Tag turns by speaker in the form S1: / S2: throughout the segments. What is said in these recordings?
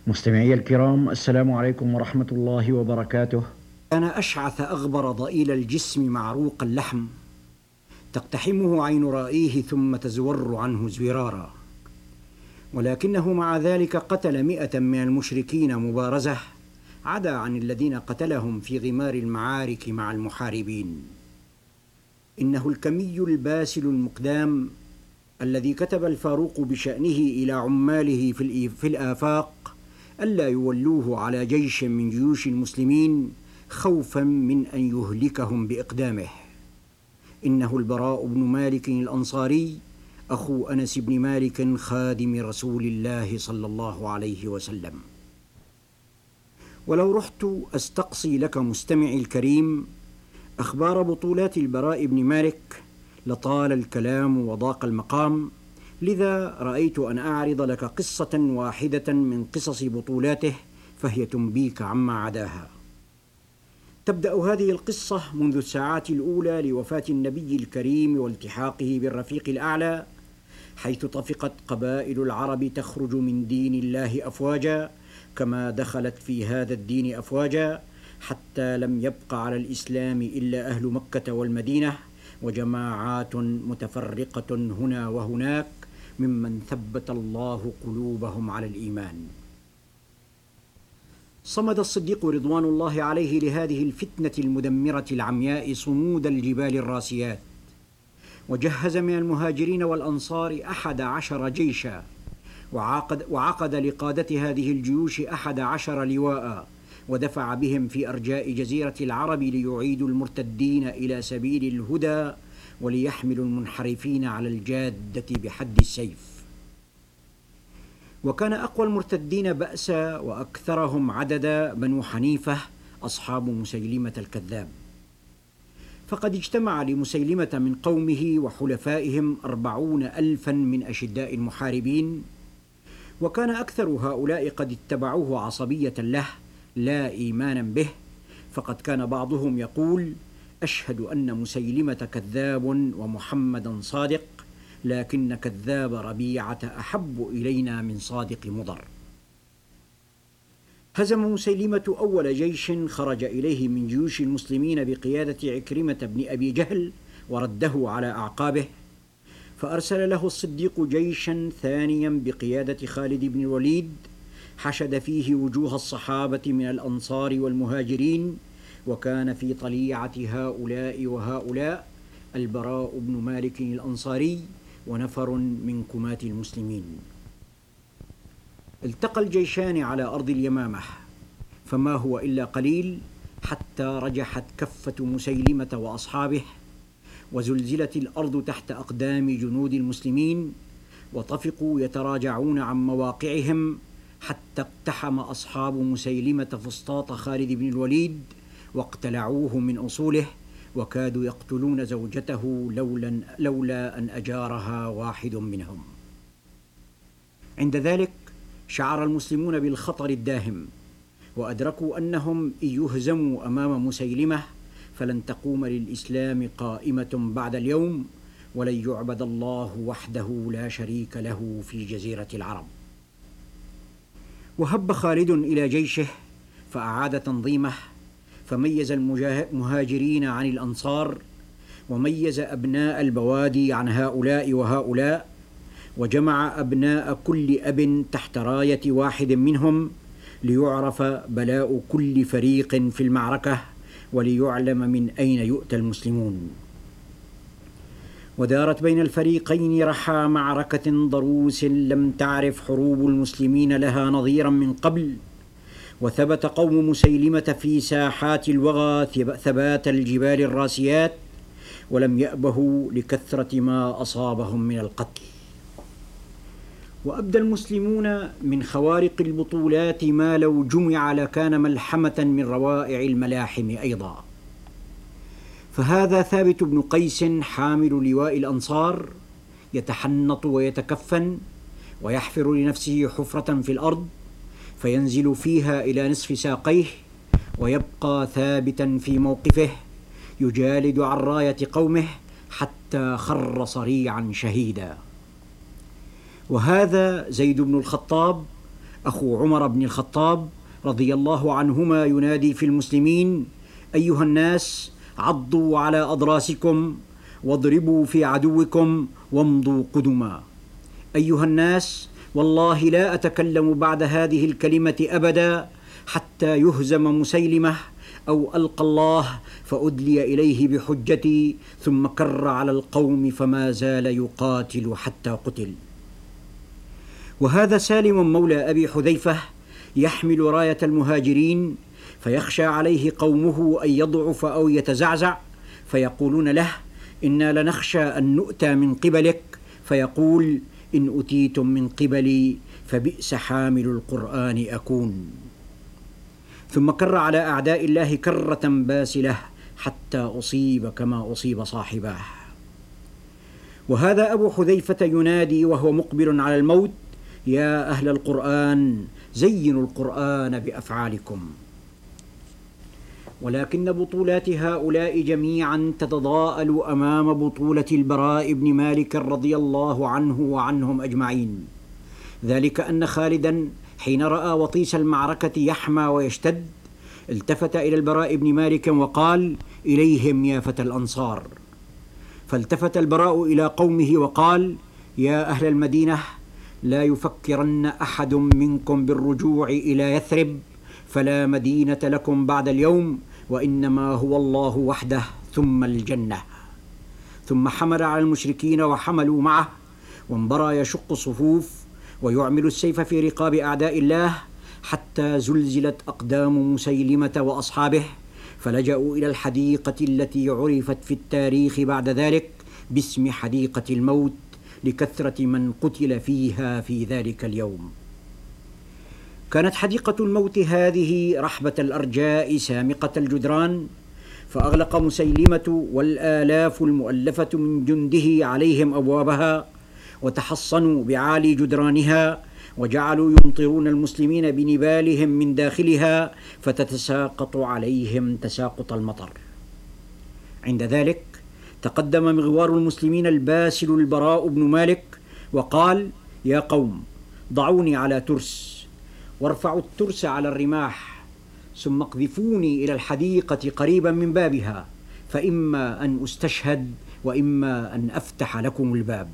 S1: مستمعي الكرام، السلام عليكم ورحمة الله وبركاته.
S2: كان أشعث أغبر ضئيل الجسم معروق اللحم، تقتحمه عين رائيه ثم تزور عنه زرارا، ولكنه مع ذلك قتل 100 من المشركين مبارزة، عدا عن الذين قتلهم في غمار المعارك مع المحاربين. إنه الكمي الباسل المقدام الذي كتب الفاروق بشأنه إلى عماله في الآفاق ألا يولوه على جيش من جيوش المسلمين خوفا من أن يهلكهم بإقدامه. إنه البراء بن مالك الأنصاري، أخو أنس بن مالك خادم رسول الله صلى الله عليه وسلم. ولو رحت أستقصي لك مستمعي الكريم أخبار بطولات البراء بن مالك لطال الكلام وضاق المقام، لذا رأيت أن أعرض لك قصة واحدة من قصص بطولاته فهي تنبيك عما عداها. تبدأ هذه القصة منذ الساعات الأولى لوفاة النبي الكريم والتحاقه بالرفيق الأعلى، حيث طفقت قبائل العرب تخرج من دين الله أفواجا كما دخلت في هذا الدين أفواجا، حتى لم يبق على الإسلام إلا أهل مكة والمدينة وجماعات متفرقة هنا وهناك ممن ثبت الله قلوبهم على الإيمان. صمد الصديق رضوان الله عليه لهذه الفتنة المدمرة العمياء صمود الجبال الراسيات، وجهز من المهاجرين والأنصار 11 جيشا، وعقد لقادة هذه الجيوش 11 لواء، ودفع بهم في أرجاء جزيرة العرب ليعيدوا المرتدين إلى سبيل الهدى وليحملوا المنحرفين على الجادة بحد السيف. وكان أقوى المرتدين بأسا وأكثرهم عددا بنو حنيفة أصحاب مسيلمة الكذاب، فقد اجتمع لمسيلمة من قومه وحلفائهم 40,000 من أشداء المحاربين، وكان أكثر هؤلاء قد اتبعوه عصبية له لا إيمانا به، فقد كان بعضهم يقول: أشهد أن مسيلمة كذاب ومحمدا صادق، لكن كذاب ربيعة أحب إلينا من صادق مضر. هزم مسيلمة أول جيش خرج إليه من جيوش المسلمين بقيادة عكرمة بن أبي جهل ورده على أعقابه، فأرسل له الصديق جيشا ثانيا بقيادة خالد بن الوليد، حشد فيه وجوه الصحابة من الأنصار والمهاجرين، وكان في طليعة هؤلاء وهؤلاء البراء بن مالك الأنصاري ونفر من كماة المسلمين. التقى الجيشان على أرض اليمامة، فما هو إلا قليل حتى رجحت كفة مسيلمة وأصحابه، وزلزلت الأرض تحت أقدام جنود المسلمين، وطفقوا يتراجعون عن مواقعهم، حتى اقتحم أصحاب مسيلمة فسطاط خالد بن الوليد واقتلعوه من أصوله، وكادوا يقتلون زوجته لولا أن أجارها واحد منهم. عند ذلك شعر المسلمون بالخطر الداهم، وأدركوا أنهم إن يهزموا أمام مسيلمة فلن تقوم للإسلام قائمة بعد اليوم، ولن يعبد الله وحده لا شريك له في جزيرة العرب. وهب خالد إلى جيشه فأعاد تنظيمه، فميز المهاجرين عن الأنصار، وميز أبناء البوادي عن هؤلاء وهؤلاء، وجمع أبناء كل أب تحت راية واحد منهم، ليعرف بلاء كل فريق في المعركة، وليعلم من أين يؤتى المسلمون. ودارت بين الفريقين رحى معركة ضروس لم تعرف حروب المسلمين لها نظيرا من قبل، وثبت قوم مسيلمة في ساحات الوغى ثبات الجبال الراسيات، ولم يأبهوا لكثرة ما أصابهم من القتل. وأبدى المسلمون من خوارق البطولات ما لو جمع لكان ملحمة من روائع الملاحم أيضا. فهذا ثابت بن قيس حامل لواء الأنصار، يتحنط ويتكفن ويحفر لنفسه حفرة في الأرض فينزل فيها إلى نصف ساقيه، ويبقى ثابتا في موقفه يجالد عن راية قومه حتى خر صريعا شهيدا. وهذا زيد بن الخطاب أخو عمر بن الخطاب رضي الله عنهما ينادي في المسلمين: أيها الناس، عضوا على أضراسكم واضربوا في عدوكم وامضوا قدما. أيها الناس، والله لا أتكلم بعد هذه الكلمة أبدا حتى يهزم مسيلمة أو ألقى الله فأدلي إليه بحجتي، ثم كر على القوم فما زال يقاتل حتى قتل. وهذا سالم مولى أبي حذيفة يحمل راية المهاجرين، فيخشى عليه قومه أن يضعف أو يتزعزع، فيقولون له: إنا لنخشى أن نؤتى من قبلك، فيقول: إن أتيتم من قبلي فبئس حامل القرآن أكون. ثم كر على أعداء الله كرة باسلة حتى أصيب كما أصيب صاحباه. وهذا أبو حذيفة ينادي وهو مقبل على الموت: يا أهل القرآن، زينوا القرآن بأفعالكم. ولكن بطولات هؤلاء جميعا تتضاءل أمام بطولة البراء بن مالك رضي الله عنه وعنهم أجمعين. ذلك أن خالدا حين رأى وطيس المعركة يحمى ويشتد التفت إلى البراء بن مالك وقال: إليهم يا فتى الأنصار. فالتفت البراء إلى قومه وقال: يا أهل المدينة، لا يفكرن أحد منكم بالرجوع إلى يثرب، فلا مدينة لكم بعد اليوم، وإنما هو الله وحده ثم الجنة. ثم حمل على المشركين وحملوا معه، وانبرى يشق الصفوف ويعمل السيف في رقاب أعداء الله، حتى زلزلت أقدام مسيلمة وأصحابه، فلجأوا إلى الحديقة التي عرفت في التاريخ بعد ذلك باسم حديقة الموت، لكثرة من قتل فيها في ذلك اليوم. كانت حديقة الموت هذه رحبة الأرجاء سامقة الجدران، فأغلق مسيلمة والآلاف المؤلفة من جنده عليهم أبوابها، وتحصنوا بعالي جدرانها، وجعلوا يمطرون المسلمين بنبالهم من داخلها، فتتساقط عليهم تساقط المطر. عند ذلك تقدم مغوار المسلمين الباسل البراء بن مالك وقال: يا قوم، ضعوني على ترس، وارفعوا الترس على الرماح، ثم اقذفوني إلى الحديقة قريبا من بابها، فإما أن أستشهد وإما أن أفتح لكم الباب.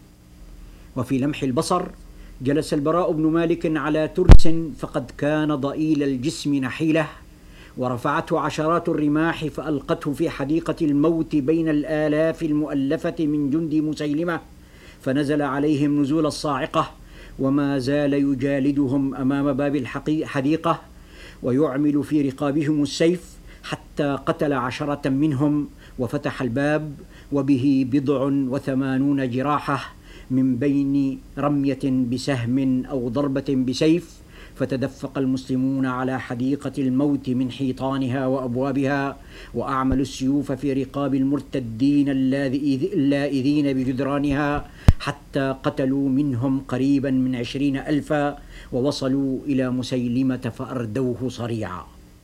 S2: وفي لمح البصر جلس البراء بن مالك على ترس، فقد كان ضئيل الجسم نحيله، ورفعته عشرات الرماح فألقته في حديقة الموت بين الآلاف المؤلفة من جند مسيلمة، فنزل عليهم نزول الصاعقة، وما زال يجالدهم أمام باب الحديقة ويعمل في رقابهم السيف، حتى قتل 10 منهم وفتح الباب، وبه 87 جراحة من بين رمية بسهم أو ضربة بسيف. فتدفق المسلمون على حديقة الموت من حيطانها وأبوابها، وأعملوا السيوف في رقاب المرتدين اللائذين بجدرانها، حتى قتلوا منهم قريبا من 20,000، ووصلوا إلى مسيلمة فأردوه صريعا.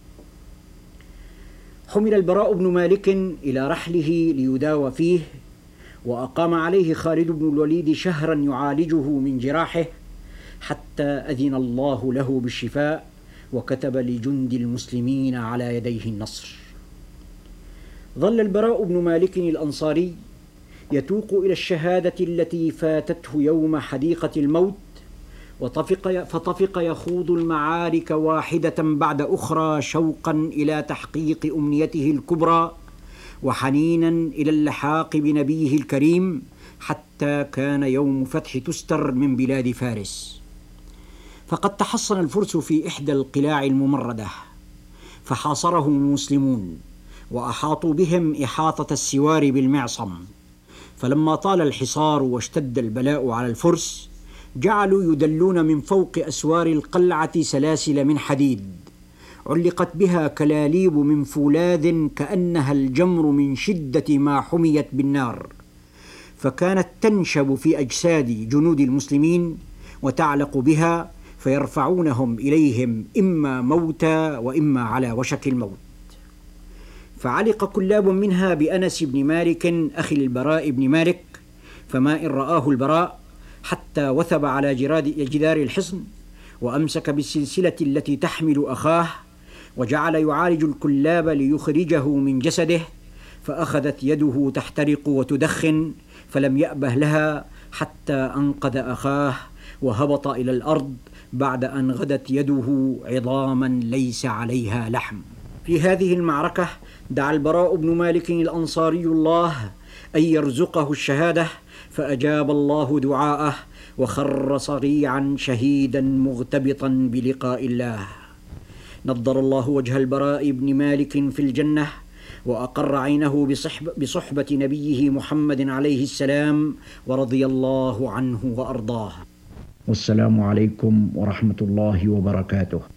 S2: حمل البراء بن مالك إلى رحله ليداوى فيه، وأقام عليه خالد بن الوليد شهرا يعالجه من جراحه، حتى أذن الله له بالشفاء، وكتب لجند المسلمين على يديه النصر. ظل البراء بن مالك الأنصاري يتوق إلى الشهادة التي فاتته يوم حديقة الموت، فطفق يخوض المعارك واحدة بعد أخرى، شوقا إلى تحقيق أمنيته الكبرى، وحنينا إلى اللحاق بنبيه الكريم، حتى كان يوم فتح تستر من بلاد فارس. فقد تحصن الفرس في إحدى القلاع الممردة، فحاصرهم المسلمون، وأحاطوا بهم إحاطة السوار بالمعصم. فلما طال الحصار واشتد البلاء على الفرس، جعلوا يدلون من فوق أسوار القلعة سلاسل من حديد، علقت بها كلاليب من فولاذ كأنها الجمر من شدة ما حميت بالنار، فكانت تنشب في أجساد جنود المسلمين وتعلق بها، فيرفعونهم إليهم إما موتى وإما على وشك الموت. فعلق كلاب منها بأنس بن مالك أخي البراء بن مالك، فما إن رآه البراء حتى وثب على جدار الحصن، وأمسك بالسلسلة التي تحمل أخاه، وجعل يعالج الكلاب ليخرجه من جسده، فأخذت يده تحترق وتدخن، فلم يأبه لها حتى أنقذ أخاه وهبط إلى الأرض بعد أن غدت يده عظاما ليس عليها لحم. في هذه المعركة دعا البراء بن مالك الأنصاري الله أن يرزقه الشهادة، فأجاب الله دعاءه وخر صريعا شهيدا مغتبطا بلقاء الله. نضر الله وجه البراء بن مالك في الجنة، وأقر عينه بصحبة نبيه محمد عليه السلام، ورضي الله عنه وأرضاه.
S1: والسلام عليكم ورحمة الله وبركاته.